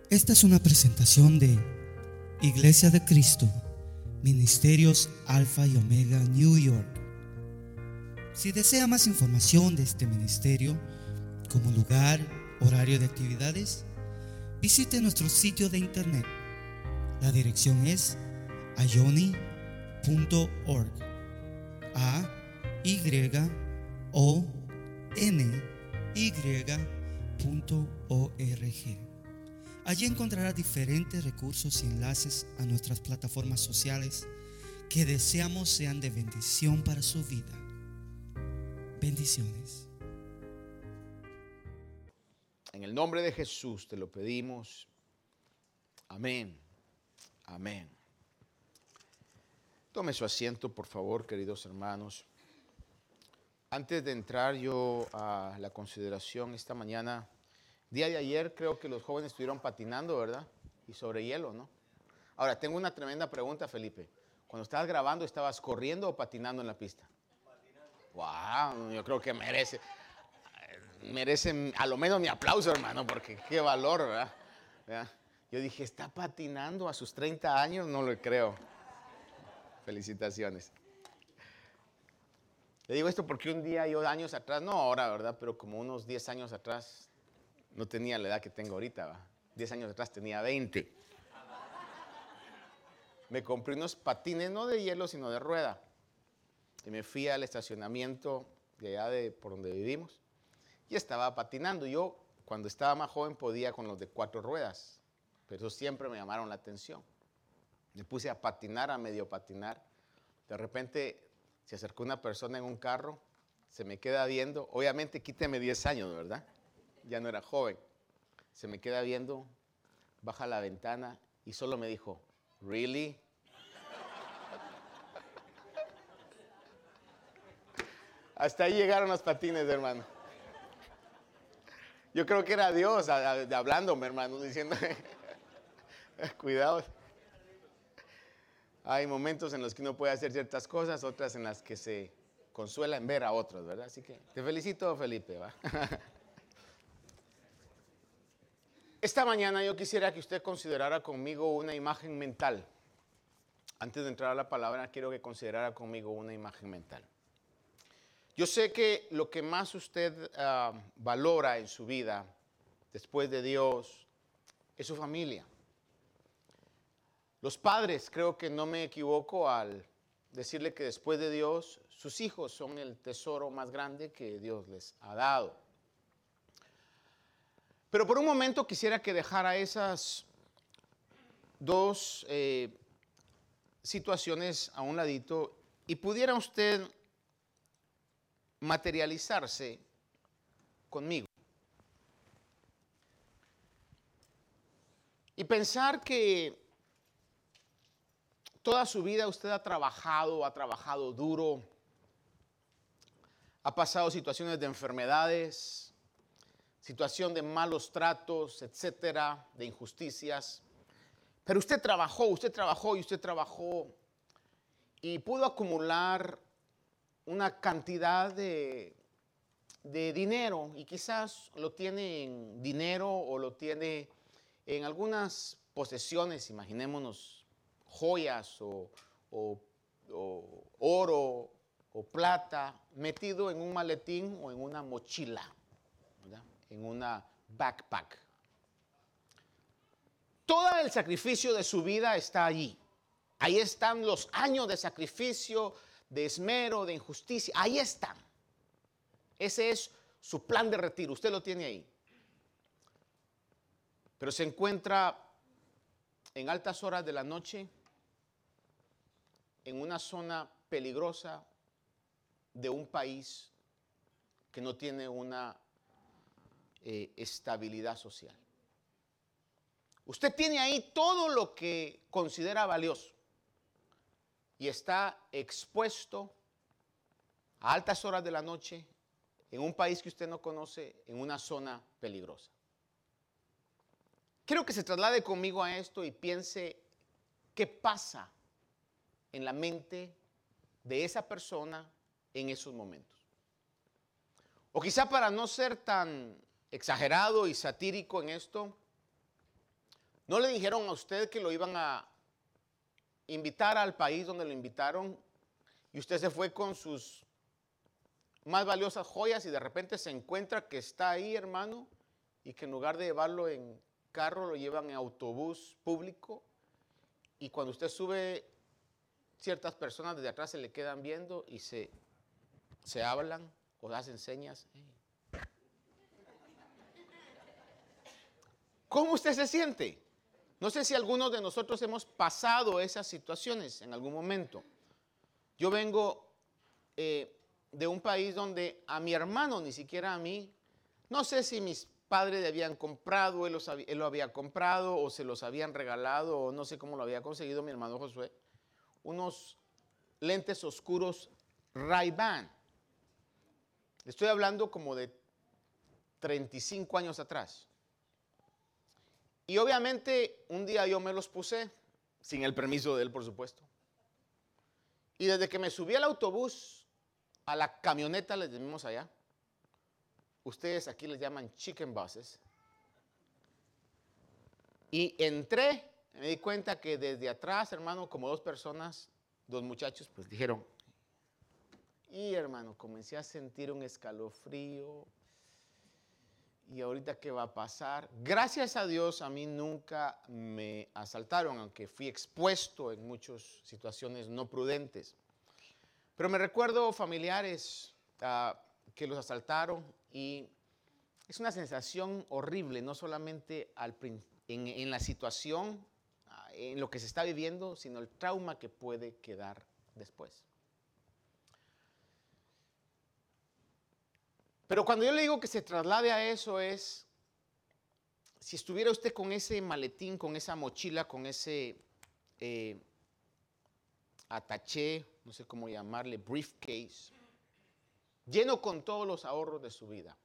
Esta es una presentación de Iglesia de Cristo, Ministerios Alfa y Omega, New York. Si desea más información de este ministerio, como lugar, horario de actividades, visite nuestro sitio de internet. La dirección es ayoni.org. ayony.org. Allí encontrará diferentes recursos y enlaces a nuestras plataformas sociales que deseamos sean de bendición para su vida. Bendiciones. En el nombre de Jesús te lo pedimos. Amén. Amén. Tome su asiento, por favor, queridos hermanos. Antes de entrar yo a la consideración esta mañana, día de ayer creo que los jóvenes estuvieron patinando, ¿verdad? Y sobre hielo, ¿no? Ahora, tengo una tremenda pregunta, Felipe. Cuando estabas grabando, ¿estabas corriendo o patinando en la pista? Patinando. Wow, yo creo que merece a lo menos mi aplauso, hermano, porque qué valor, ¿verdad? Yo dije, ¿está patinando a sus 30 años? No lo creo. Felicitaciones. Le digo esto porque un día yo años atrás, no ahora, ¿verdad? Pero como unos 10 años atrás, no tenía la edad que tengo ahorita, ¿verdad? 10 años atrás tenía 20. Me compré unos patines, no de hielo, sino de rueda. Y me fui al estacionamiento de allá por donde vivimos. Y estaba patinando. Yo, cuando estaba más joven, podía con los de 4 ruedas. Pero eso siempre me llamaron la atención. Me puse a patinar, a medio patinar. De repente se acercó una persona en un carro, se me queda viendo. Obviamente quíteme 10 años, ¿verdad? Ya no era joven. Se me queda viendo, baja la ventana y solo me dijo, ¿really? Hasta ahí llegaron los patines, hermano. Yo creo que era Dios hablándome, hermano, diciéndome, cuidado. Hay momentos en los que uno puede hacer ciertas cosas, otras en las que se consuela en ver a otros, ¿verdad? Así que te felicito, Felipe, ¿va? Esta mañana yo quisiera que usted considerara conmigo una imagen mental. Antes de entrar a la palabra, quiero que considerara conmigo una imagen mental. Yo sé que lo que más usted valora en su vida, después de Dios, es su familia. Los padres, creo que no me equivoco al decirle que después de Dios, sus hijos son el tesoro más grande que Dios les ha dado. Pero por un momento quisiera que dejara esas dos situaciones a un ladito y pudiera usted materializarse conmigo. Y pensar que toda su vida usted ha trabajado duro, ha pasado situaciones de enfermedades, situación de malos tratos, etcétera, de injusticias. Pero usted trabajó y pudo acumular una cantidad de dinero y quizás lo tiene en dinero o lo tiene en algunas posesiones, imaginémonos joyas o oro o plata metido en un maletín o en una mochila, ¿verdad? En una backpack. Todo el sacrificio de su vida está allí. Ahí están los años de sacrificio, de esmero, de injusticia. Ahí están. Ese es su plan de retiro. Usted lo tiene ahí. Pero se encuentra en altas horas de la noche en una zona peligrosa de un país que no tiene una estabilidad social. Usted tiene ahí todo lo que considera valioso y está expuesto a altas horas de la noche en un país que usted no conoce, en una zona peligrosa. Quiero que se traslade conmigo a esto y piense qué pasa en la mente de esa persona en esos momentos. O quizá para no ser tan exagerado y satírico en esto, ¿No le dijeron a usted que lo iban a invitar al país donde lo invitaron y usted se fue con sus más valiosas joyas y de repente se encuentra que está ahí, hermano, y que en lugar de llevarlo en carro lo llevan en autobús público y cuando usted sube, ciertas personas desde atrás se le quedan viendo y se hablan o hacen señas? ¿Cómo usted se siente? No sé si algunos de nosotros hemos pasado esas situaciones en algún momento. Yo vengo de un país donde a mi hermano, ni siquiera a mí, no sé si mis padres le habían comprado, él lo había comprado o se los habían regalado o no sé cómo lo había conseguido mi hermano Josué, unos lentes oscuros Ray-Ban. Estoy hablando como de 35 años atrás. Y obviamente un día yo me los puse, sin el permiso de él, por supuesto. Y desde que me subí al autobús, a la camioneta, les decimos allá, ustedes aquí les llaman chicken buses, y entré, me di cuenta que desde atrás, hermano, como dos personas, dos muchachos, pues dijeron, y hermano, comencé a sentir un escalofrío. ¿Y ahorita qué va a pasar? Gracias a Dios a mí nunca me asaltaron, aunque fui expuesto en muchas situaciones no prudentes. Pero me recuerdo familiares que los asaltaron y es una sensación horrible, no solamente en la situación, en lo que se está viviendo, sino el trauma que puede quedar después. Pero cuando yo le digo que se traslade a eso es, si estuviera usted con ese maletín, con esa mochila, con ese ataché, no sé cómo llamarle, briefcase, lleno con todos los ahorros de su vida,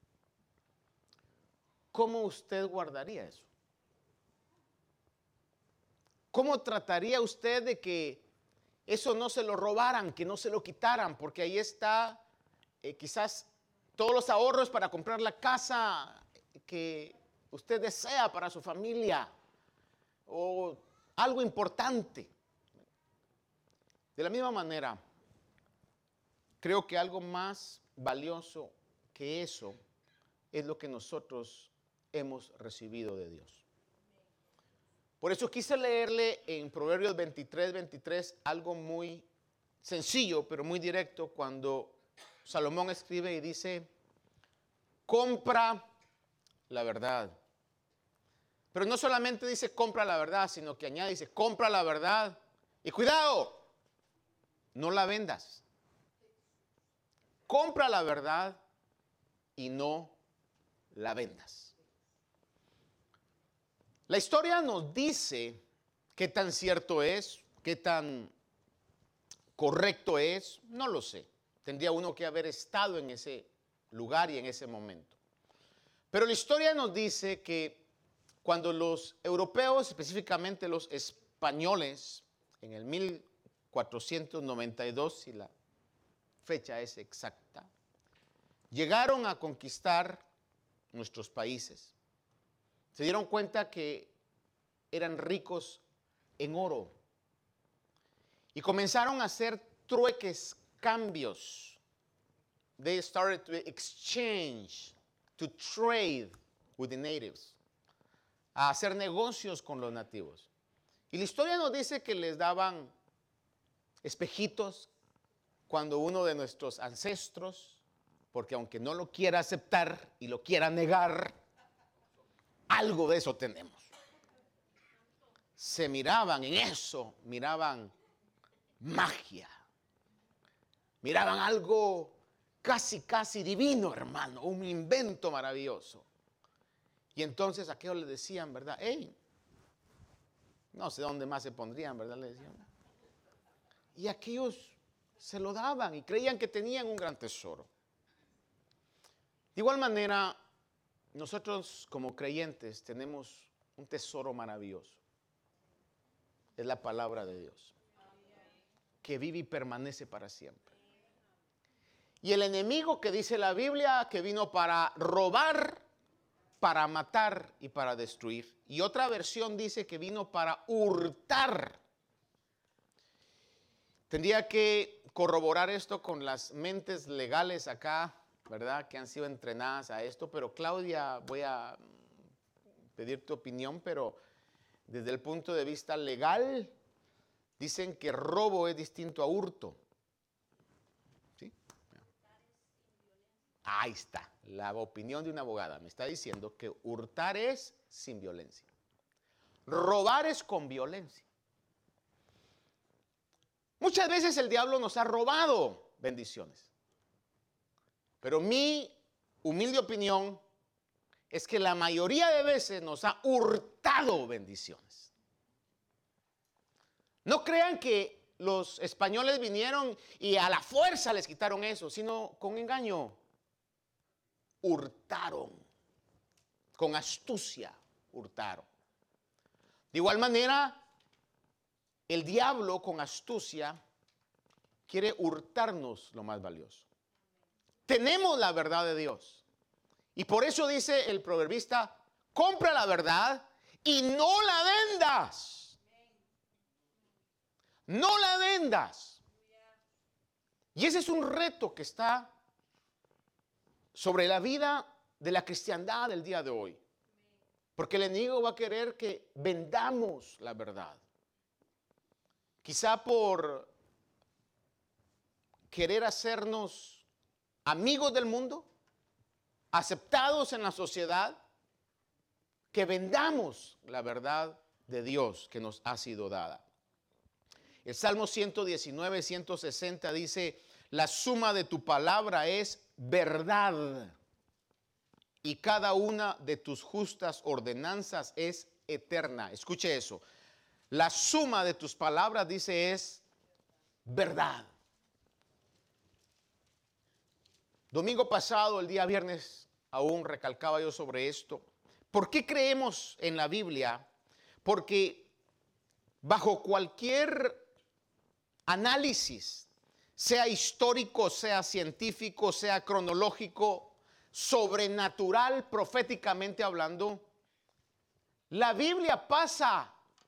¿cómo usted guardaría eso? ¿Cómo trataría usted de que eso no se lo robaran, que no se lo quitaran? Porque ahí está quizás todos los ahorros para comprar la casa que usted desea para su familia o algo importante. De la misma manera, creo que algo más valioso que eso es lo que nosotros hemos recibido de Dios. Por eso quise leerle en Proverbios 23 algo muy sencillo, pero muy directo, cuando Salomón escribe y dice, compra la verdad. Pero no solamente dice compra la verdad, sino que añade, dice compra la verdad y cuidado, no la vendas. Compra la verdad y no la vendas. La historia nos dice qué tan cierto es, qué tan correcto es, no lo sé. Tendría uno que haber estado en ese lugar y en ese momento. Pero la historia nos dice que cuando los europeos, específicamente los españoles, en el 1492, si la fecha es exacta, llegaron a conquistar nuestros países, se dieron cuenta que eran ricos en oro y comenzaron a hacer trueques, cambios. They started to exchange, to trade with the natives, a hacer negocios con los nativos. Y la historia nos dice que les daban espejitos cuando uno de nuestros ancestros, porque aunque no lo quiera aceptar y lo quiera negar, algo de eso tenemos. Se miraban en eso, miraban magia, miraban algo casi divino, hermano, un invento maravilloso. Y entonces aquellos les decían, ¿verdad? Hey, no sé dónde más se pondrían, ¿verdad? Le decían. Y aquellos se lo daban y creían que tenían un gran tesoro. De igual manera, nosotros como creyentes tenemos un tesoro maravilloso. Es la palabra de Dios, que vive y permanece para siempre. Y el enemigo, que dice la Biblia, que vino para robar para matar y para destruir. Y otra versión dice que vino para hurtar. Tendría que corroborar esto con las mentes legales acá, ¿verdad? Que han sido entrenadas a esto. Pero Claudia, voy a pedir tu opinión, pero desde el punto de vista legal, dicen que robo es distinto a hurto. ¿Sí? Ahí está, la opinión de una abogada. Me está diciendo que hurtar es sin violencia. Robar es con violencia. Muchas veces el diablo nos ha robado bendiciones. Pero mi humilde opinión es que la mayoría de veces nos ha hurtado bendiciones. No crean que los españoles vinieron y a la fuerza les quitaron eso, sino con engaño. Hurtaron. Con astucia hurtaron. De igual manera, el diablo con astucia quiere hurtarnos lo más valioso. Tenemos la verdad de Dios. Y por eso dice el proverbista, compra la verdad y no la vendas. No la vendas. Y ese es un reto que está sobre la vida de la cristiandad del día de hoy. Porque el enemigo va a querer que vendamos la verdad. Quizá por querer hacernos amigos del mundo, aceptados en la sociedad, que vendamos la verdad de Dios que nos ha sido dada. El Salmo 119, 160 dice, la suma de tu palabra es verdad y cada una de tus justas ordenanzas es eterna. Escuche eso. La suma de tus palabras, dice, es verdad. Domingo pasado, el día viernes, aún recalcaba yo sobre esto. ¿Por qué creemos en la Biblia? Porque bajo cualquier análisis, sea histórico, sea científico, sea cronológico, sobrenatural, proféticamente hablando, la Biblia pasa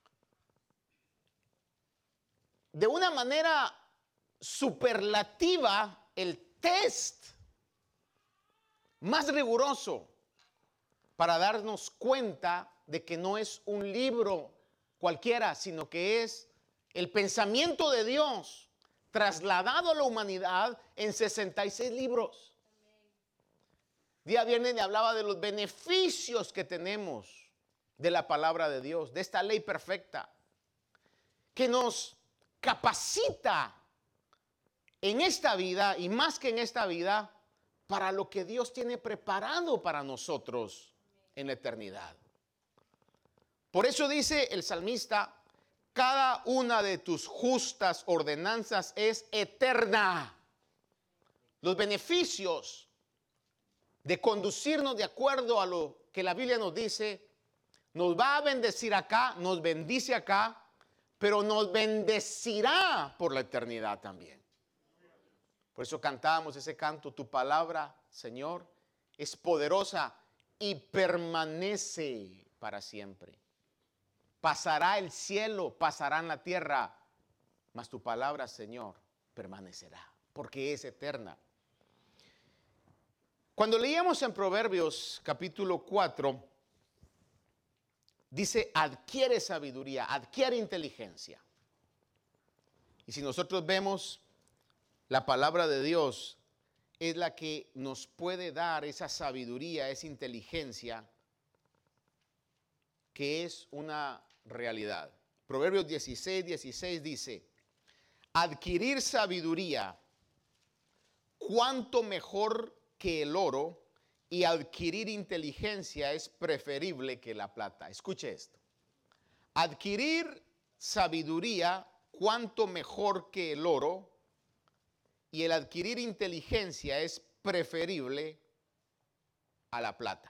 de una manera superlativa el test más riguroso para darnos cuenta de que no es un libro cualquiera, sino que es el pensamiento de Dios trasladado a la humanidad en 66 libros. Día viernes le hablaba de los beneficios que tenemos de la palabra de Dios, de esta ley perfecta, que nos capacita en esta vida y más que en esta vida para lo que Dios tiene preparado para nosotros en la eternidad. Por eso dice el salmista, cada una de tus justas ordenanzas es eterna. Los beneficios de conducirnos de acuerdo a lo que la Biblia nos dice, nos va a bendecir acá, nos bendice acá, pero nos bendecirá por la eternidad también. Por eso cantábamos ese canto, tu palabra, Señor, es poderosa y permanece para siempre. Pasará el cielo, pasará la tierra, mas tu palabra, Señor, permanecerá, porque es eterna. Cuando leíamos en Proverbios capítulo 4, dice, adquiere sabiduría, adquiere inteligencia. Y si nosotros vemos, la palabra de Dios es la que nos puede dar esa sabiduría, esa inteligencia, que es una realidad. Proverbios 16, 16 dice, adquirir sabiduría, cuánto mejor que el oro, y adquirir inteligencia es preferible que la plata. Escuche esto. Adquirir sabiduría, cuánto mejor que el oro, y el adquirir inteligencia es preferible a la plata.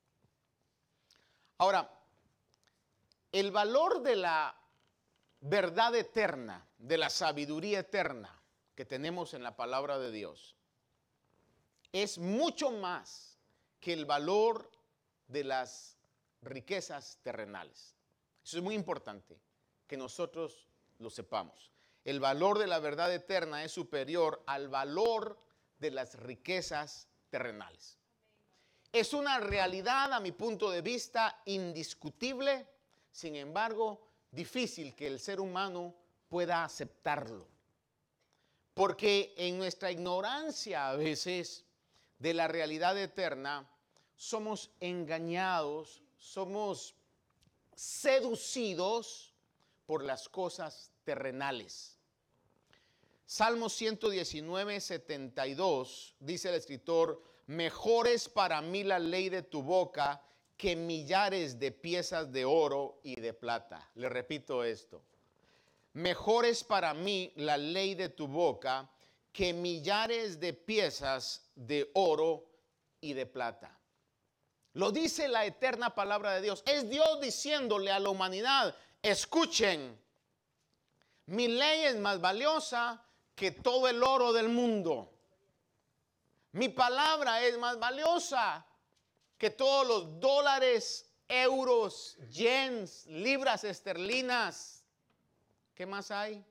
Ahora, el valor de la verdad eterna, de la sabiduría eterna que tenemos en la palabra de Dios, es mucho más que el valor de las riquezas terrenales. Eso es muy importante que nosotros lo sepamos. El valor de la verdad eterna es superior al valor de las riquezas terrenales. Es una realidad, a mi punto de vista, indiscutible, sin embargo, difícil que el ser humano pueda aceptarlo. Porque en nuestra ignorancia a veces de la realidad eterna, somos engañados, somos seducidos por las cosas terrenales. Salmo 119, 72, dice el escritor: mejor es para mí la ley de tu boca que millares de piezas de oro y de plata. Le repito esto: mejor es para mí la ley de tu boca que millares de piezas de oro y de plata. Lo dice la eterna palabra de Dios. Es Dios diciéndole a la humanidad: escuchen, mi ley es más valiosa que todo el oro del mundo. Mi palabra es más valiosa que todos los dólares, euros, yens, libras esterlinas. ¿Qué más hay?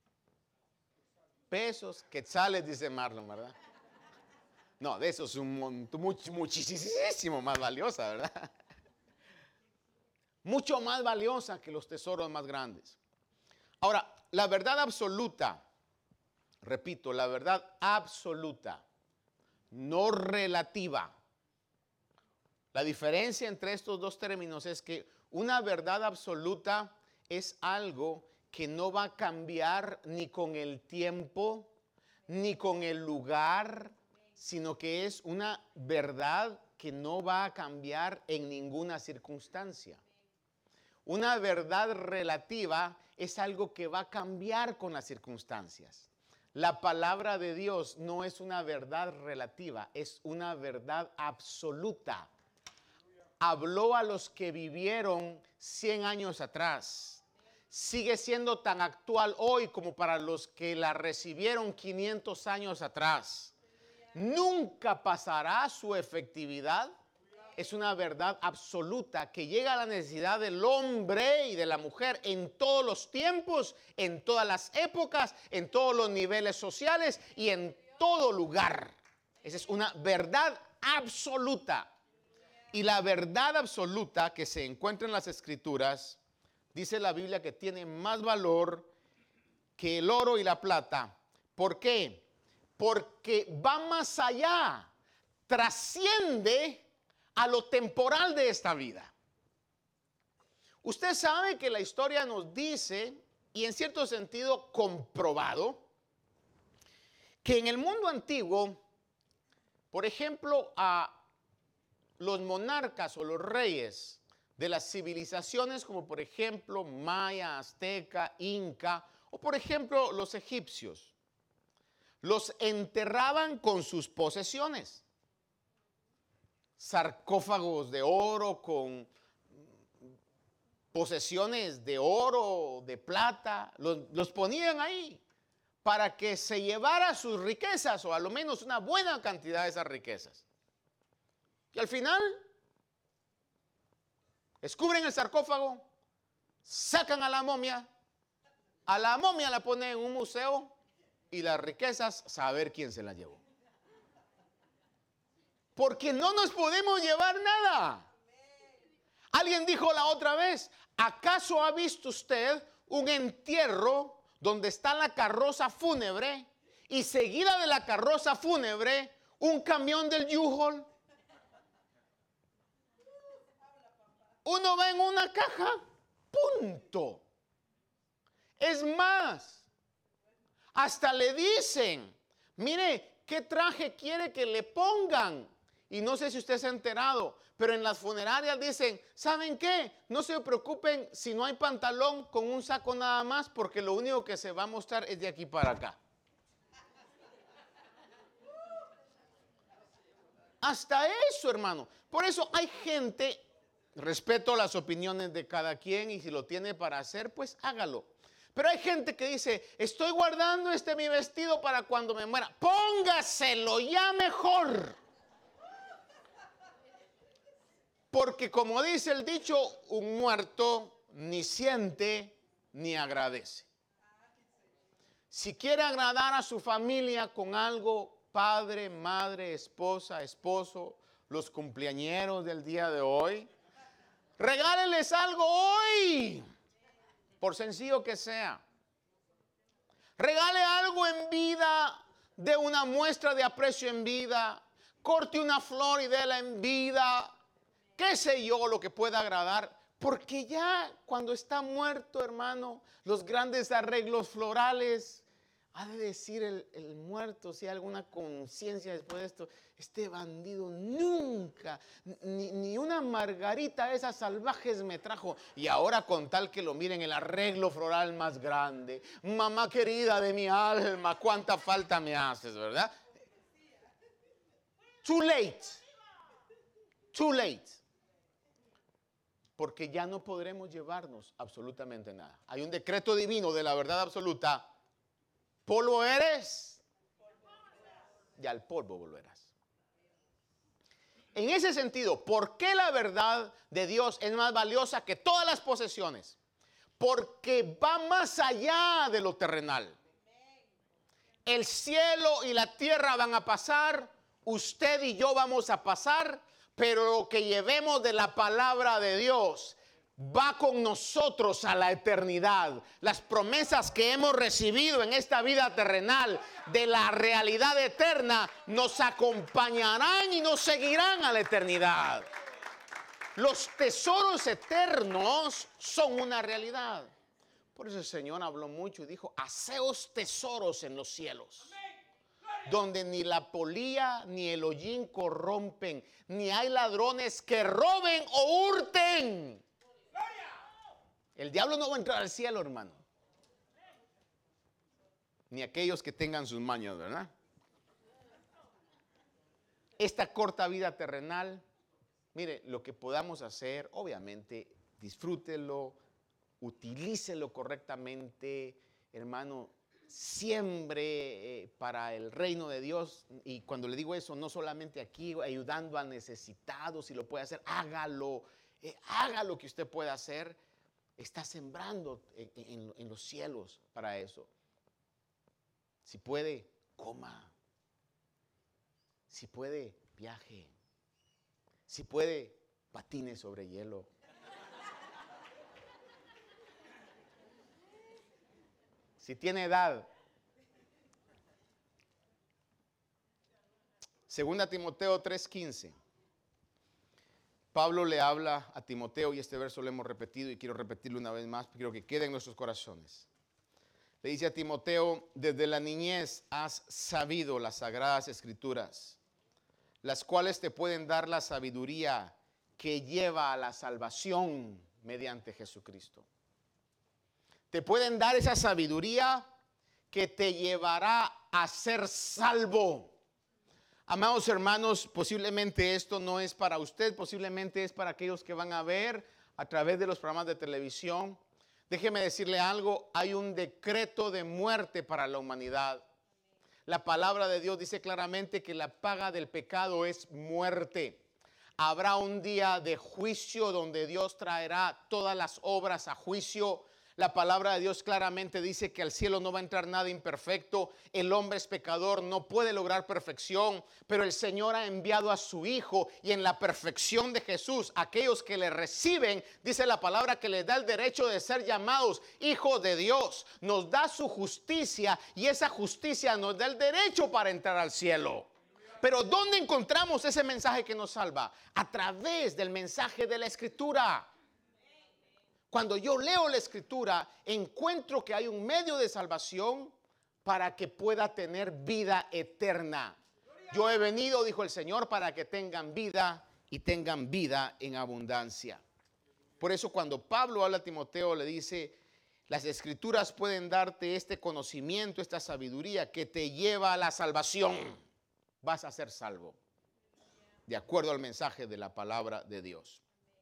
Pesos, quetzales, dice Marlon, ¿verdad? No, de eso es muchísimo más valiosa, ¿verdad? Mucho más valiosa que los tesoros más grandes. Ahora, la verdad absoluta, repito, la verdad absoluta, no relativa. La diferencia entre estos dos términos es que una verdad absoluta es algo que no va a cambiar ni con el tiempo, ni con el lugar, sino que es una verdad que no va a cambiar en ninguna circunstancia. Una verdad relativa es algo que va a cambiar con las circunstancias. La palabra de Dios no es una verdad relativa, es una verdad absoluta. Habló a los que vivieron 100 años atrás. Sigue siendo tan actual hoy como para los que la recibieron 500 años atrás. Nunca pasará su efectividad. Es una verdad absoluta que llega a la necesidad del hombre y de la mujer en todos los tiempos, en todas las épocas, en todos los niveles sociales y en todo lugar. Esa es una verdad absoluta. Y la verdad absoluta que se encuentra en las Escrituras, dice la Biblia que tiene más valor que el oro y la plata. ¿Por qué? Porque va más allá, trasciende a lo temporal de esta vida. Usted sabe que la historia nos dice, y en cierto sentido comprobado, que en el mundo antiguo, por ejemplo, a los monarcas o los reyes de las civilizaciones como por ejemplo maya, azteca, inca o por ejemplo los egipcios, los enterraban con sus posesiones. Sarcófagos de oro con posesiones de oro, de plata, los ponían ahí para que se llevara sus riquezas o a lo menos una buena cantidad de esas riquezas. Y al final, descubren el sarcófago, sacan a la momia la ponen en un museo y las riquezas, saber quién se las llevó. Porque no nos podemos llevar nada. Alguien dijo la otra vez, ¿acaso ha visto usted un entierro donde está la carroza fúnebre y seguida de la carroza fúnebre un camión del U-Haul? Uno va en una caja, punto. Es más, hasta le dicen, mire, ¿qué traje quiere que le pongan? Y no sé si usted se ha enterado, pero en las funerarias dicen, ¿saben qué? No se preocupen si no hay pantalón con un saco nada más, porque lo único que se va a mostrar es de aquí para acá. Hasta eso, hermano. Por eso hay gente, respeto las opiniones de cada quien y si lo tiene para hacer, pues hágalo. Pero hay gente que dice, estoy guardando mi vestido para cuando me muera. Póngaselo ya mejor. Porque como dice el dicho, un muerto ni siente ni agradece. Si quiere agradar a su familia con algo, padre, madre, esposa, esposo, los cumpleañeros del día de hoy, regálenles algo hoy, por sencillo que sea. Regale algo en vida, dé una muestra de aprecio en vida, corte una flor y déla en vida, qué sé yo, lo que pueda agradar. Porque ya cuando está muerto, hermano, los grandes arreglos florales, ha de decir el muerto, si hay alguna conciencia después de esto, este bandido nunca, ni una margarita de esas salvajes me trajo. Y ahora con tal que lo miren, el arreglo floral más grande. Mamá querida de mi alma, cuánta falta me haces, ¿verdad? Too late. Too late. Porque ya no podremos llevarnos absolutamente nada. Hay un decreto divino de la verdad absoluta. Polvo eres, y al polvo volverás. En ese sentido, ¿por qué la verdad de Dios es más valiosa que todas las posesiones? Porque va más allá de lo terrenal. El cielo y la tierra van a pasar, usted y yo vamos a pasar, pero lo que llevemos de la palabra de Dios va con nosotros a la eternidad. Las promesas que hemos recibido en esta vida terrenal de la realidad eterna nos acompañarán y nos seguirán a la eternidad. Los tesoros eternos son una realidad. Por eso el Señor habló mucho y dijo: haceos tesoros en los cielos, donde ni la polía ni el hollín corrompen, ni hay ladrones que roben o hurten. El diablo no va a entrar al cielo, hermano. Ni aquellos que tengan sus mañas, ¿verdad? Esta corta vida terrenal, mire, lo que podamos hacer, obviamente, disfrútelo, utilícelo correctamente, hermano. Siembre para el reino de Dios. Y cuando le digo eso, no solamente aquí, ayudando a necesitados, si lo puede hacer, hágalo. Haga lo que usted pueda hacer. Está sembrando en los cielos para eso. Si puede, coma. Si puede, viaje. Si puede, patine sobre hielo. Si tiene edad. Segunda Timoteo 3:15. Pablo le habla a Timoteo, y este verso lo hemos repetido y quiero repetirlo una vez más, quiero que quede en nuestros corazones. Le dice a Timoteo: desde la niñez has sabido las sagradas escrituras, las cuales te pueden dar la sabiduría que lleva a la salvación mediante Jesucristo. Te pueden dar esa sabiduría que te llevará a ser salvo. Amados hermanos, posiblemente esto no es para usted, posiblemente es para aquellos que van a ver a través de los programas de televisión. Déjeme decirle algo: hay un decreto de muerte para la humanidad. La palabra de Dios dice claramente que la paga del pecado es muerte. Habrá un día de juicio donde Dios traerá todas las obras a juicio. La palabra de Dios claramente dice que al cielo no va a entrar nada imperfecto. El hombre es pecador, no puede lograr perfección, pero el Señor ha enviado a su Hijo, y en la perfección de Jesús, aquellos que le reciben, dice la palabra, que les da el derecho de ser llamados hijos de Dios. Nos da su justicia, y esa justicia nos da el derecho para entrar al cielo. Pero ¿dónde encontramos ese mensaje que nos salva? A través del mensaje de la Escritura. Cuando yo leo la Escritura, encuentro que hay un medio de salvación para que pueda tener vida eterna. Yo he venido, dijo el Señor, para que tengan vida y tengan vida en abundancia. Por eso cuando Pablo habla a Timoteo, le dice: las Escrituras pueden darte este conocimiento, esta sabiduría que te lleva a la salvación. Vas a ser salvo, de acuerdo al mensaje de la palabra de Dios.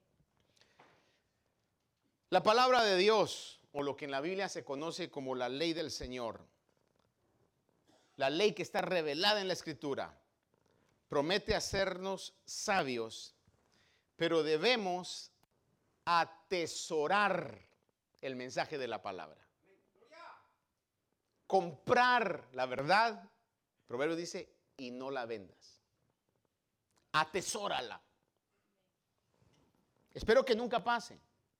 La palabra de Dios, o lo que en la Biblia se conoce como la ley del Señor, la ley que está revelada en la Escritura, promete hacernos sabios, pero debemos atesorar el mensaje de la palabra. Comprar la verdad, el proverbio dice, y no la vendas. Atesórala. Espero que nunca pase.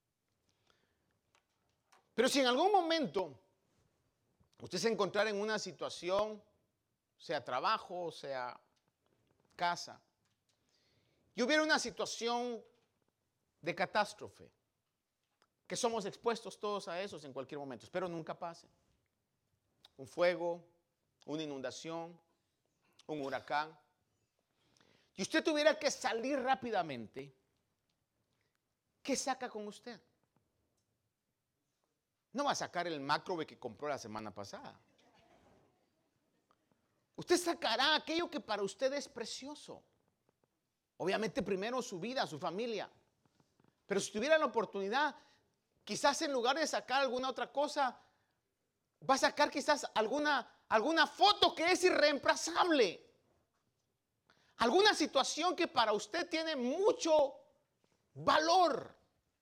Pero si en algún momento usted se encontrara en una situación, sea trabajo, sea casa, y hubiera una situación de catástrofe, que somos expuestos todos a eso en cualquier momento, espero nunca pase. Un fuego, una inundación, un huracán, y usted tuviera que salir rápidamente, ¿qué saca con usted? No va a sacar el Macrobe que compró la semana pasada. Usted sacará aquello que para usted es precioso. Obviamente primero su vida, su familia. Pero si tuviera la oportunidad, quizás en lugar de sacar alguna otra cosa, va a sacar quizás alguna foto que es irreemplazable. Alguna situación que para usted tiene mucho valor.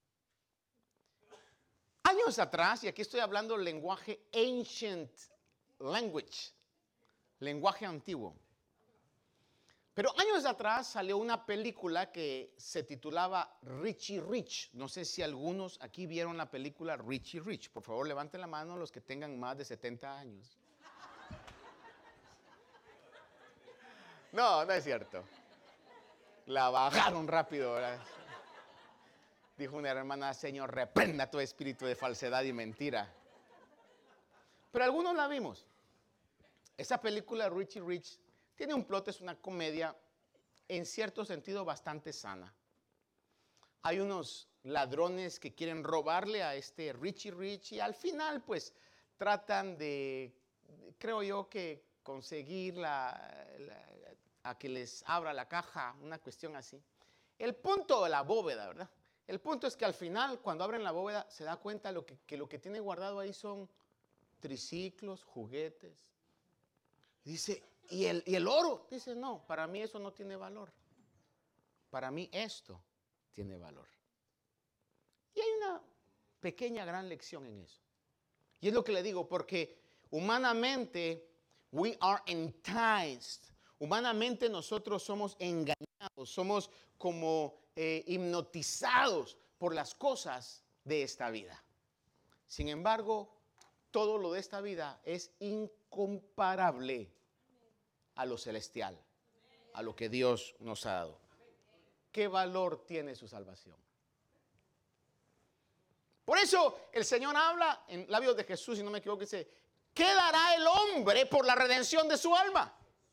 Años atrás, y aquí estoy hablando lenguaje ancient language, lenguaje antiguo. Pero años atrás salió una película que se titulaba Richie Rich. No sé si algunos aquí vieron la película Richie Rich. Por favor, levanten la mano los que tengan más de 70 años. No, no es cierto. La bajaron rápido, ¿verdad? Dijo una hermana, Señor, reprenda todo espíritu de falsedad y mentira. Pero algunos la vimos. Esa película Richie Rich tiene un plot, es una comedia en cierto sentido bastante sana. Hay unos ladrones que quieren robarle a este Richie Rich y al final pues tratan de, creo yo, que conseguir a que les abra la caja, una cuestión así. El punto de la bóveda, ¿verdad? El punto es que al final, cuando abren la bóveda, se da cuenta que lo que tiene guardado ahí son triciclos, juguetes. Dice, ¿y el oro? Dice, no, para mí eso no tiene valor. Para mí esto tiene valor. Y hay una pequeña, gran lección en eso. Y es lo que le digo, porque humanamente, we are enticed. Humanamente nosotros somos engañados, somos como hipnotizados por las cosas de esta vida. Sin embargo, todo lo de esta vida es incomparable a lo celestial, a lo que Dios nos ha dado. ¿Qué valor tiene su salvación? Por eso el Señor habla en labios de Jesús, si no me equivoco, dice, ¿qué dará el hombre por la redención de su alma?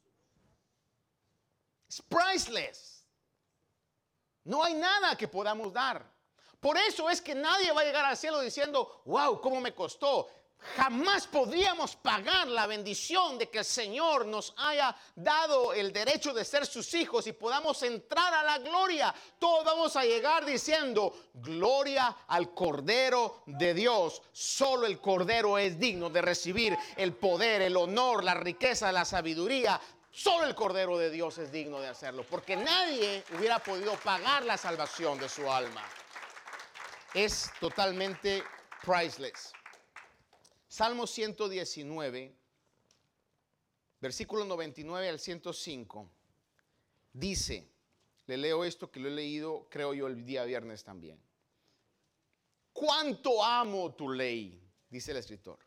Es priceless. No hay nada que podamos dar. Por eso es que nadie va a llegar al cielo diciendo, wow, ¿cómo me costó? Jamás podríamos pagar la bendición de que el Señor nos haya dado el derecho de ser sus hijos y podamos entrar a la gloria. Todos vamos a llegar diciendo, gloria al Cordero de Dios. Solo el Cordero es digno de recibir el poder, el honor, la riqueza, la sabiduría. Solo el Cordero de Dios es digno de hacerlo, porque nadie hubiera podido pagar la salvación de su alma. Es totalmente priceless. Salmo 119, versículo 99 al 105, dice, le leo esto que lo he leído, creo yo, el día viernes también. ¿Cuánto amo tu ley? Dice el escritor.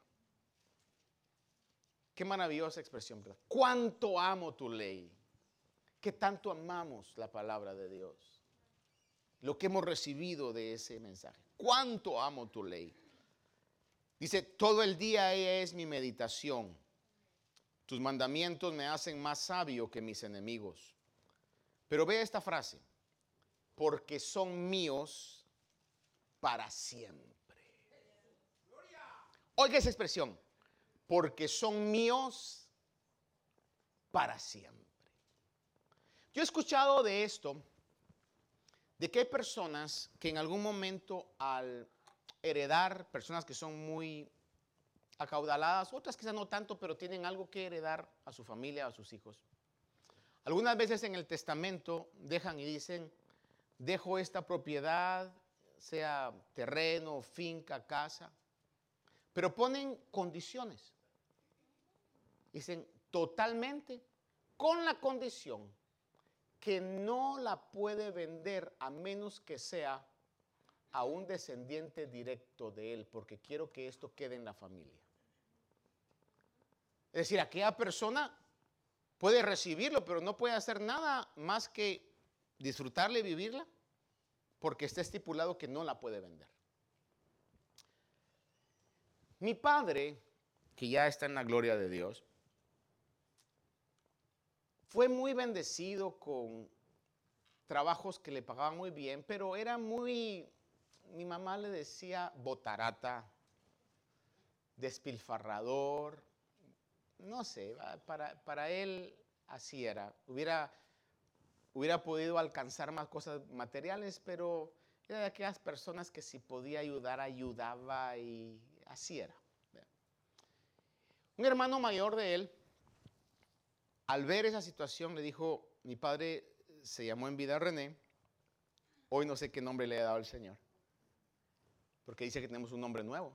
Qué maravillosa expresión. ¿Cuánto amo tu ley? ¿Qué tanto amamos la palabra de Dios? Lo que hemos recibido de ese mensaje. ¿Cuánto amo tu ley? Dice, todo el día ella es mi meditación. Tus mandamientos me hacen más sabio que mis enemigos. Pero ve esta frase. Porque son míos para siempre. Oiga esa expresión. Porque son míos para siempre. Yo he escuchado de esto, de que hay personas que en algún momento al heredar, personas que son muy acaudaladas, otras quizás no tanto, pero tienen algo que heredar a su familia, a sus hijos. Algunas veces en el testamento dejan y dicen, dejo esta propiedad, sea terreno, finca, casa, pero ponen condiciones. Dicen totalmente con la condición que no la puede vender a menos que sea a un descendiente directo de él, porque quiero que esto quede en la familia. Es decir, aquella persona puede recibirlo, pero no puede hacer nada más que disfrutarla y vivirla, porque está estipulado que no la puede vender. Mi padre, que ya está en la gloria de Dios, fue muy bendecido con trabajos que le pagaban muy bien, pero era muy, mi mamá le decía botarata, despilfarrador, no sé, para él así era. Hubiera podido alcanzar más cosas materiales, pero era de aquellas personas que si podía ayudar, ayudaba y así era. Un hermano mayor de él, al ver esa situación, le dijo, mi padre se llamó en vida René, hoy no sé qué nombre le ha dado el Señor, porque dice que tenemos un nombre nuevo.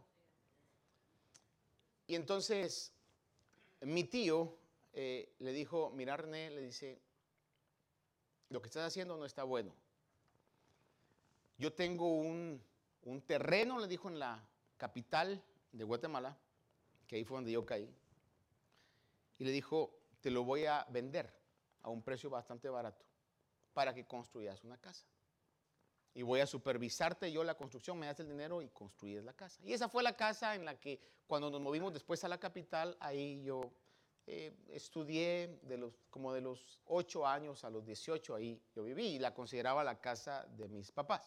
Y entonces mi tío le dijo, mira René, le dice, lo que estás haciendo no está bueno. Yo tengo un terreno, le dijo, en la capital de Guatemala, que ahí fue donde yo caí, y le dijo, te lo voy a vender a un precio bastante barato para que construyas una casa. Y voy a supervisarte yo la construcción, me das el dinero y construyes la casa. Y esa fue la casa en la que cuando nos movimos después a la capital, ahí yo estudié como de los 8 años a los 18, ahí yo viví y la consideraba la casa de mis papás.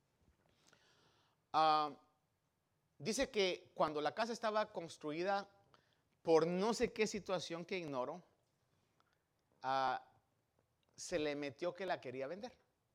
Dice que cuando la casa estaba construida, por no sé qué situación que ignoro, se le metió que la quería vender.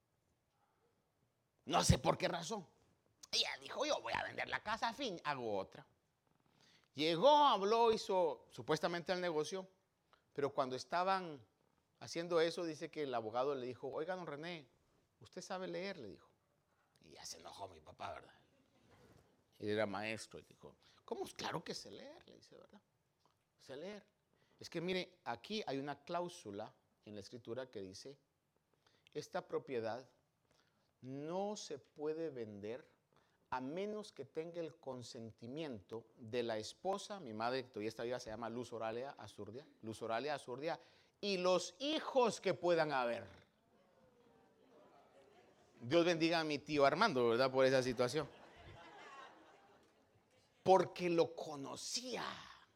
No sé por qué razón. Ella dijo, yo voy a vender la casa, a fin, hago otra. Llegó, habló, hizo supuestamente el negocio, pero cuando estaban haciendo eso, dice que el abogado le dijo, oiga, don René, ¿usted sabe leer? Le dijo. Y ya se enojó mi papá, ¿verdad? Él era maestro. Y dijo, ¿cómo? Claro que sé leer, le dice, ¿verdad? Sé leer. Es que mire, aquí hay una cláusula en la escritura que dice, esta propiedad no se puede vender a menos que tenga el consentimiento de la esposa, mi madre que todavía está viva, se llama Luz Oralia Azurdia, y los hijos que puedan haber. Dios bendiga a mi tío Armando, ¿verdad? Por esa situación. Porque lo conocía.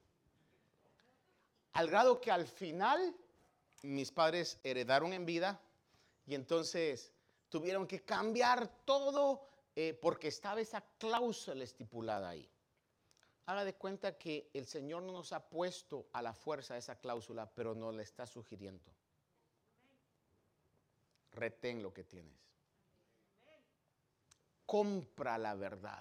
Al grado que al final mis padres heredaron en vida y entonces tuvieron que cambiar todo porque estaba esa cláusula estipulada ahí. Haga de cuenta que el Señor no nos ha puesto a la fuerza esa cláusula, pero nos la está sugiriendo. Retén lo que tienes. Compra la verdad.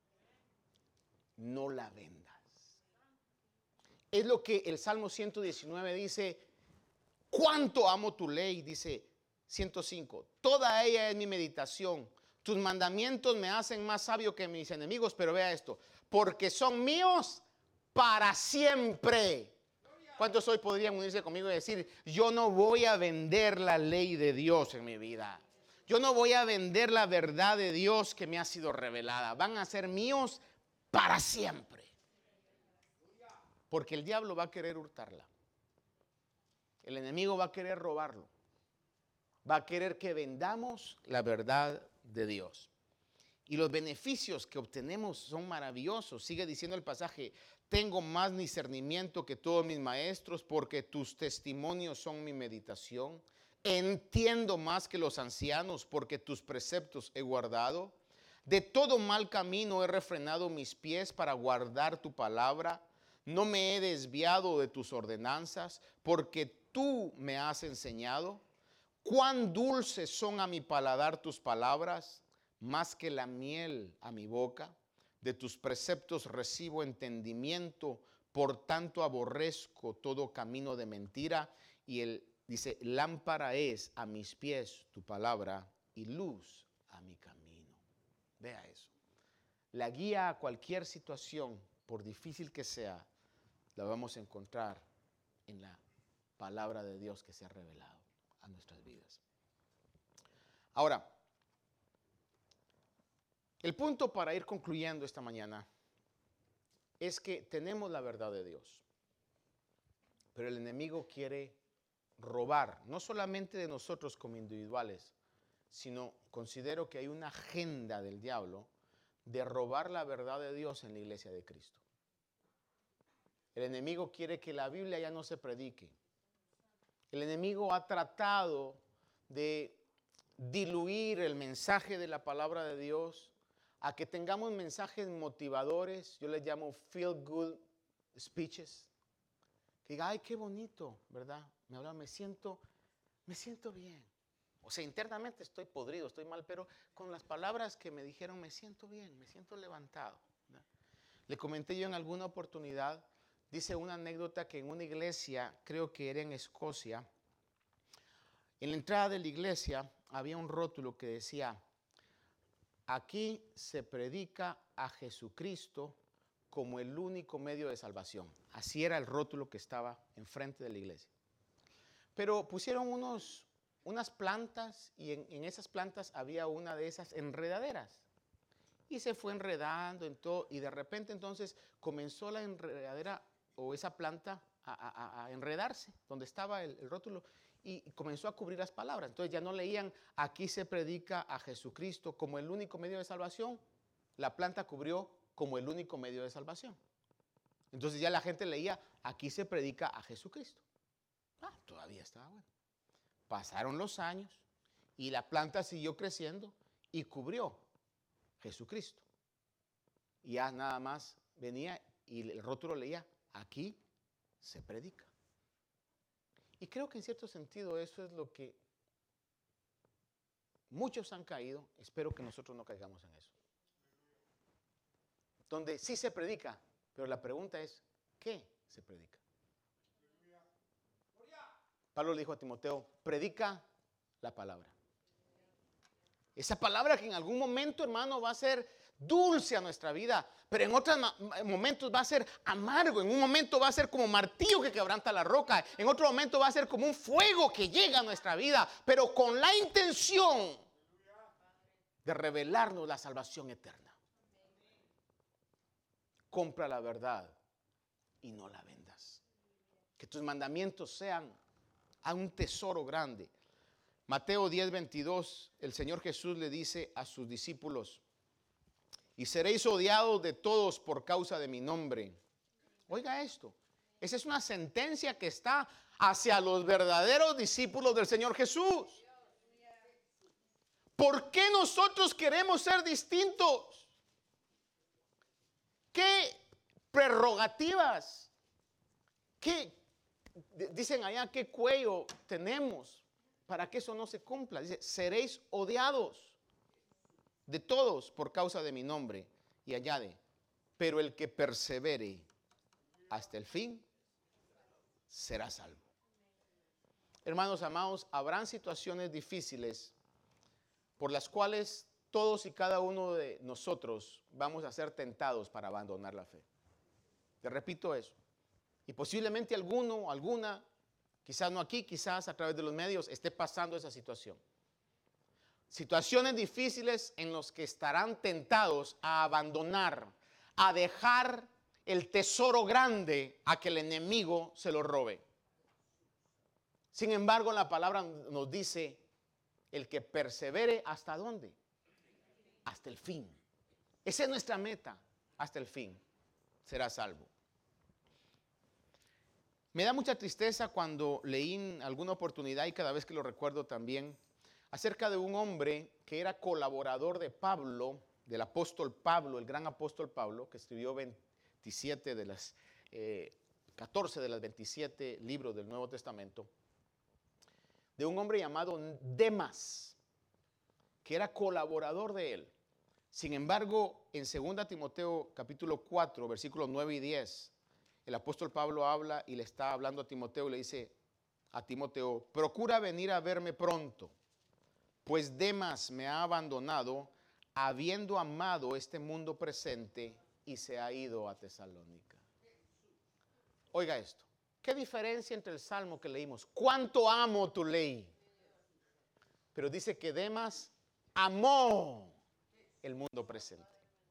No la vendas. Es lo que el Salmo 119 dice, cuánto amo tu ley, dice 105, toda ella es mi meditación, tus mandamientos me hacen más sabio que mis enemigos, pero vea esto, porque son míos para siempre. ¿Cuántos hoy podrían unirse conmigo y decir, yo no voy a vender la ley de Dios en mi vida? Yo no voy a vender la verdad de Dios que me ha sido revelada. Van a ser míos para siempre. Porque el diablo va a querer hurtarla. El enemigo va a querer robarlo. Va a querer que vendamos la verdad de Dios. Y los beneficios que obtenemos son maravillosos. Sigue diciendo el pasaje, tengo más discernimiento que todos mis maestros porque tus testimonios son mi meditación. Entiendo más que los ancianos porque tus preceptos he guardado. De todo mal camino he refrenado mis pies para guardar tu palabra. No me he desviado de tus ordenanzas porque tú me has enseñado. Cuán dulces son a mi paladar tus palabras, más que la miel a mi boca. De tus preceptos recibo entendimiento, por tanto aborrezco todo camino de mentira. Y él dice, lámpara es a mis pies tu palabra y y luz a mi camino. Vea eso. La guía a cualquier situación, por difícil que sea, la vamos a encontrar en la palabra de Dios que se ha revelado a nuestras vidas. Ahora, el punto para ir concluyendo esta mañana es que tenemos la verdad de Dios, pero el enemigo quiere robar, no solamente de nosotros como individuales, sino considero que hay una agenda del diablo de robar la verdad de Dios en la iglesia de Cristo. El enemigo quiere que la Biblia ya no se predique. El enemigo ha tratado de diluir el mensaje de la palabra de Dios a que tengamos mensajes motivadores, yo les llamo feel good speeches, que diga, ay, qué bonito, ¿verdad? Me habla, me siento bien. O sea, internamente estoy podrido, estoy mal, pero con las palabras que me dijeron me siento bien, me siento levantado, ¿verdad? Le comenté yo en alguna oportunidad, dice una anécdota que en una iglesia, creo que era en Escocia, en la entrada de la iglesia había un rótulo que decía, aquí se predica a Jesucristo como el único medio de salvación. Así era el rótulo que estaba enfrente de la iglesia. Pero pusieron unas plantas y en esas plantas había una de esas enredaderas. Y se fue enredando en todo y de repente entonces comenzó la enredadera o esa planta a enredarse donde estaba el rótulo y comenzó a cubrir las palabras. Entonces ya no leían, aquí se predica a Jesucristo como el único medio de salvación. La planta cubrió como el único medio de salvación. Entonces ya la gente leía, aquí se predica a Jesucristo. Todavía estaba bueno. Pasaron los años y la planta siguió creciendo y cubrió Jesucristo. Y ya nada más venía y el rótulo leía, aquí se predica. Y creo que en cierto sentido eso es lo que muchos han caído. Espero que nosotros no caigamos en eso. Donde sí se predica, pero la pregunta es, ¿qué se predica? Pablo le dijo a Timoteo, predica la palabra. Esa palabra que en algún momento, hermano, va a ser dulce a nuestra vida, pero en otros momentos va a ser amargo, en un momento va a ser como martillo que quebranta la roca, en otro momento va a ser como un fuego que llega a nuestra vida, pero con la intención de revelarnos la salvación eterna. Compra la verdad y no la vendas. Que tus mandamientos sean a un tesoro grande. Mateo 10:22, el Señor Jesús le dice a sus discípulos, y seréis odiados de todos por causa de mi nombre. Oiga esto, esa es una sentencia que está hacia los verdaderos discípulos del Señor Jesús. ¿Por qué nosotros queremos ser distintos? ¿Qué prerrogativas? ¿Qué dicen allá, qué cuello tenemos para que eso no se cumpla? Dice, seréis odiados de todos por causa de mi nombre. Y añade, pero el que persevere hasta el fin será salvo. Hermanos amados, habrán situaciones difíciles por las cuales todos y cada uno de nosotros vamos a ser tentados para abandonar la fe. Te repito eso. Y posiblemente alguno, alguna, quizás no aquí, quizás a través de los medios, esté pasando esa situación. Situaciones difíciles en las que estarán tentados a abandonar, a dejar el tesoro grande a que el enemigo se lo robe. Sin embargo, la palabra nos dice, el que persevere, ¿hasta dónde? Hasta el fin. Esa es nuestra meta, hasta el fin. Será salvo. Me da mucha tristeza cuando leí en alguna oportunidad, y cada vez que lo recuerdo también, acerca de un hombre que era colaborador de Pablo, del apóstol Pablo, el gran apóstol Pablo, que escribió 14 de las 27 libros del Nuevo Testamento, de un hombre llamado Demas, que era colaborador de él. Sin embargo, en 2 Timoteo capítulo 4, versículos 9 y 10, el apóstol Pablo habla y le está hablando a Timoteo y le dice a Timoteo, procura venir a verme pronto, pues Demas me ha abandonado, habiendo amado este mundo presente, y se ha ido a Tesalónica. Oiga esto. ¿Qué diferencia entre el salmo que leímos? ¿Cuánto amo tu ley? Pero dice que Demas amó el mundo presente.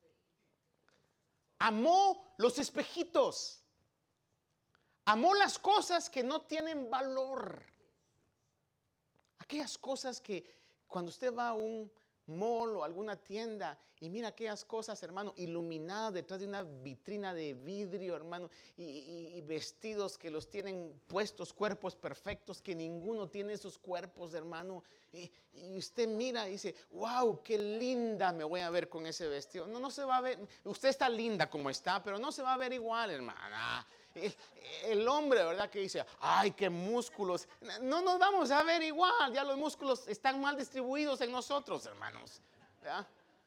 Amó los espejitos. Amó las cosas que no tienen valor. Aquellas cosas que cuando usted va a un mall o alguna tienda y mira aquellas cosas, hermano, iluminadas detrás de una vitrina de vidrio, hermano, y vestidos que los tienen puestos, cuerpos perfectos, que ninguno tiene esos cuerpos, hermano, y usted mira y dice, wow, qué linda me voy a ver con ese vestido. No se va a ver, usted está linda como está, pero no se va a ver igual, hermana. El hombre, ¿verdad? Que dice, ay, qué músculos. No nos vamos a ver igual. Ya los músculos están mal distribuidos en nosotros, hermanos. ¿Ya?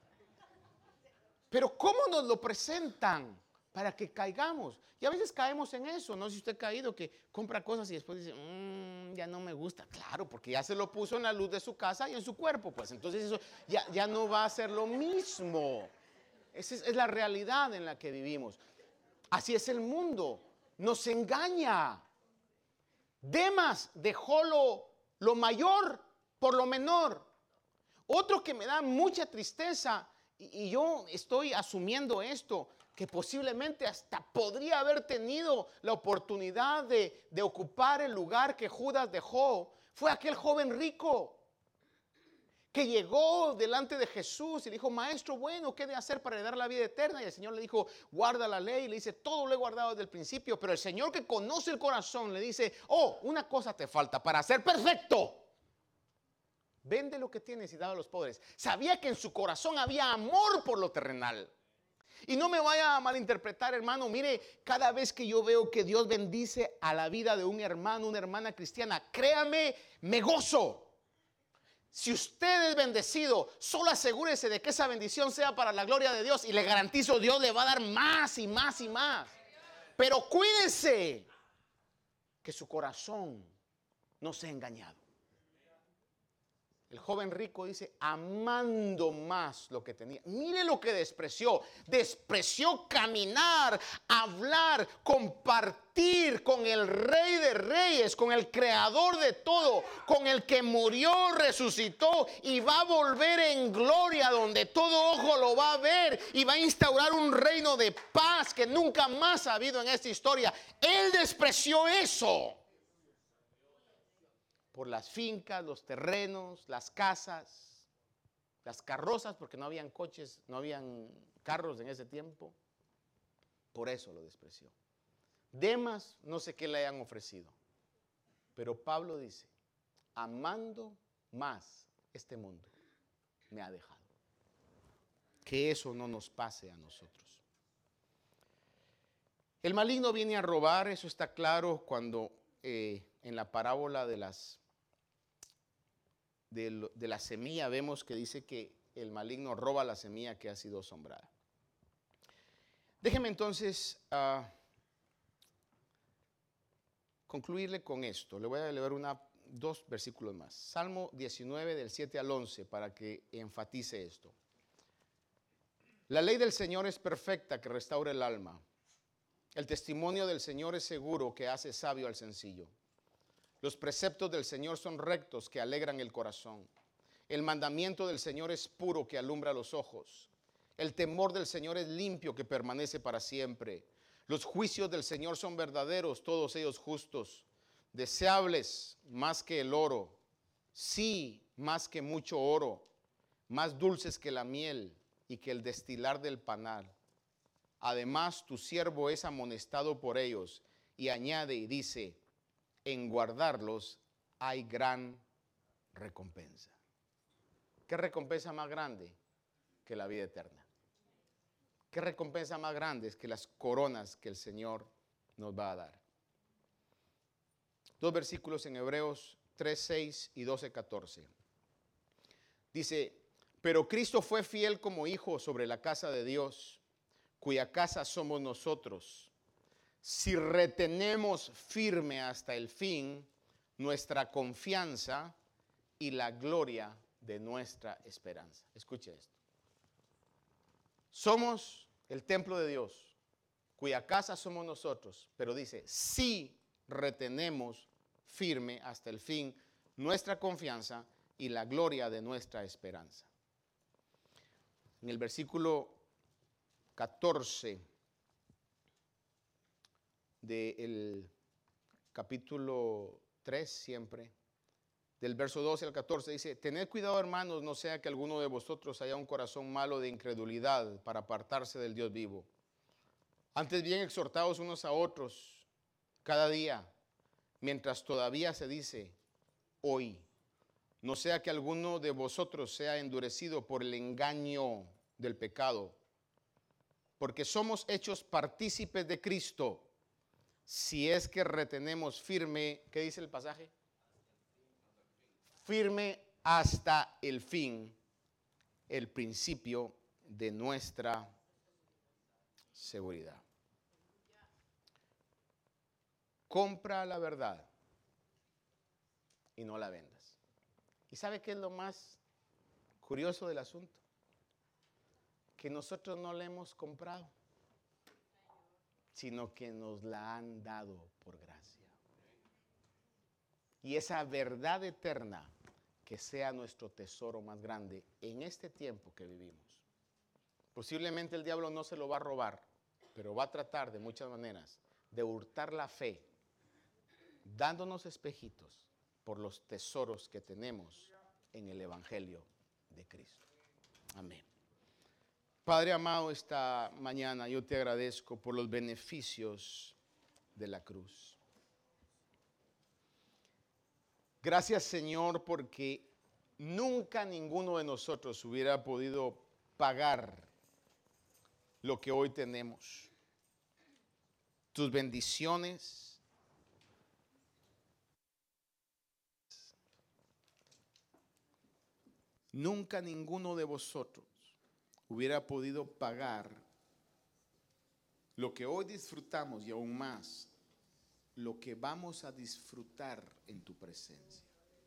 Pero ¿cómo nos lo presentan para que caigamos? Y a veces caemos en eso. No sé si usted ha caído, que compra cosas y después dice, ya no me gusta. Claro, porque ya se lo puso en la luz de su casa y en su cuerpo. Pues entonces eso ya no va a ser lo mismo. Esa es la realidad en la que vivimos. Así es el mundo. Nos engaña. Demas dejó lo mayor por lo menor. Otro que me da mucha tristeza, y yo estoy asumiendo esto, que posiblemente hasta podría haber tenido la oportunidad de ocupar el lugar que Judas dejó, fue aquel joven rico que llegó delante de Jesús y le dijo, maestro, bueno, ¿qué he de hacer para heredar la vida eterna? Y el Señor le dijo, guarda la ley. Y le dice, todo lo he guardado desde el principio. Pero el Señor, que conoce el corazón, le dice, oh, una cosa te falta para ser perfecto. Vende lo que tienes y dalo a los pobres. Sabía que en su corazón había amor por lo terrenal. Y no me vaya a malinterpretar, hermano. Mire, cada vez que yo veo que Dios bendice a la vida de un hermano, una hermana cristiana, créame, me gozo. Si usted es bendecido, solo asegúrese de que esa bendición sea para la gloria de Dios, y le garantizo, Dios le va a dar más y más y más. Pero cuídese que su corazón no sea engañado. El joven rico dice, amando más lo que tenía. Mire lo que despreció. Despreció caminar, hablar, compartir con el Rey de Reyes, con el Creador de todo, con el que murió, resucitó y va a volver en gloria, donde todo ojo lo va a ver, y va a instaurar un reino de paz que nunca más ha habido en esta historia. Él despreció eso. Por las fincas, los terrenos, las casas, las carrozas, porque no habían coches, no habían carros en ese tiempo. Por eso lo despreció. Demas, no sé qué le hayan ofrecido, pero Pablo dice, amando más este mundo, me ha dejado. Que eso no nos pase a nosotros. El maligno viene a robar, eso está claro cuando en la parábola de la semilla vemos que dice que el maligno roba la semilla que ha sido sembrada. Déjeme entonces concluirle con esto. Le voy a leer dos versículos más. Salmo 19 del 7 al 11 para que enfatice esto. La ley del Señor es perfecta, que restaura el alma. El testimonio del Señor es seguro, que hace sabio al sencillo. Los preceptos del Señor son rectos, que alegran el corazón. El mandamiento del Señor es puro, que alumbra los ojos. El temor del Señor es limpio, que permanece para siempre. Los juicios del Señor son verdaderos, todos ellos justos. Deseables más que el oro, sí, más que mucho oro. Más dulces que la miel y que el destilar del panal. Además, tu siervo es amonestado por ellos. Y añade y dice, en guardarlos hay gran recompensa. ¿Qué recompensa más grande que la vida eterna? ¿Qué recompensa más grande es que las coronas que el Señor nos va a dar? Dos versículos en Hebreos 3:6 y 12:14. Dice, pero Cristo fue fiel como hijo sobre la casa de Dios, cuya casa somos nosotros, si retenemos firme hasta el fin nuestra confianza y la gloria de nuestra esperanza. Escuche esto. Somos el templo de Dios, cuya casa somos nosotros, pero dice, si retenemos firme hasta el fin nuestra confianza y la gloria de nuestra esperanza. En el versículo 14 del capítulo 3 siempre, del verso 12 al 14 dice, tened cuidado, hermanos, no sea que alguno de vosotros haya un corazón malo de incredulidad para apartarse del Dios vivo. Antes bien exhortaos unos a otros cada día, mientras todavía se dice hoy, no sea que alguno de vosotros sea endurecido por el engaño del pecado, porque somos hechos partícipes de Cristo, si es que retenemos firme, ¿qué dice el pasaje? Firme hasta el fin, el principio de nuestra seguridad. Compra la verdad y no la vendas. ¿Y sabe qué es lo más curioso del asunto? Que nosotros no la hemos comprado, sino que nos la han dado por gracia. Y esa verdad eterna que sea nuestro tesoro más grande en este tiempo que vivimos. Posiblemente el diablo no se lo va a robar, pero va a tratar de muchas maneras de hurtar la fe, dándonos espejitos por los tesoros que tenemos en el Evangelio de Cristo. Amén. Padre amado, esta mañana yo te agradezco por los beneficios de la cruz. Gracias, Señor, porque nunca ninguno de nosotros hubiera podido pagar lo que hoy tenemos. Tus bendiciones, nunca ninguno de vosotros hubiera podido pagar lo que hoy disfrutamos y aún más lo que vamos a disfrutar en tu presencia.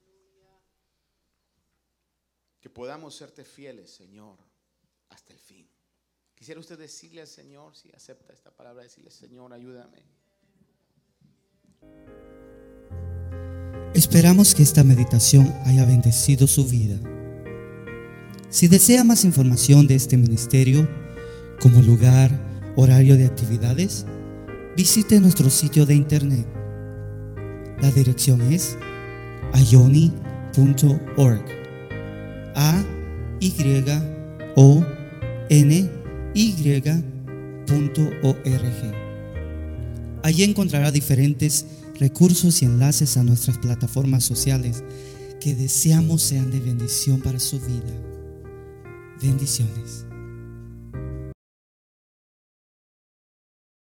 Que podamos serte fieles, Señor, hasta el fin. Quisiera usted decirle al Señor, si acepta esta palabra, decirle, Señor, ayúdame. Esperamos que esta meditación haya bendecido su vida. Si desea más información de este ministerio, como lugar, horario de actividades, visite nuestro sitio de internet. La dirección es ayoni.org. ayony.org. Allí encontrará diferentes recursos y enlaces a nuestras plataformas sociales que deseamos sean de bendición para su vida. Bendiciones.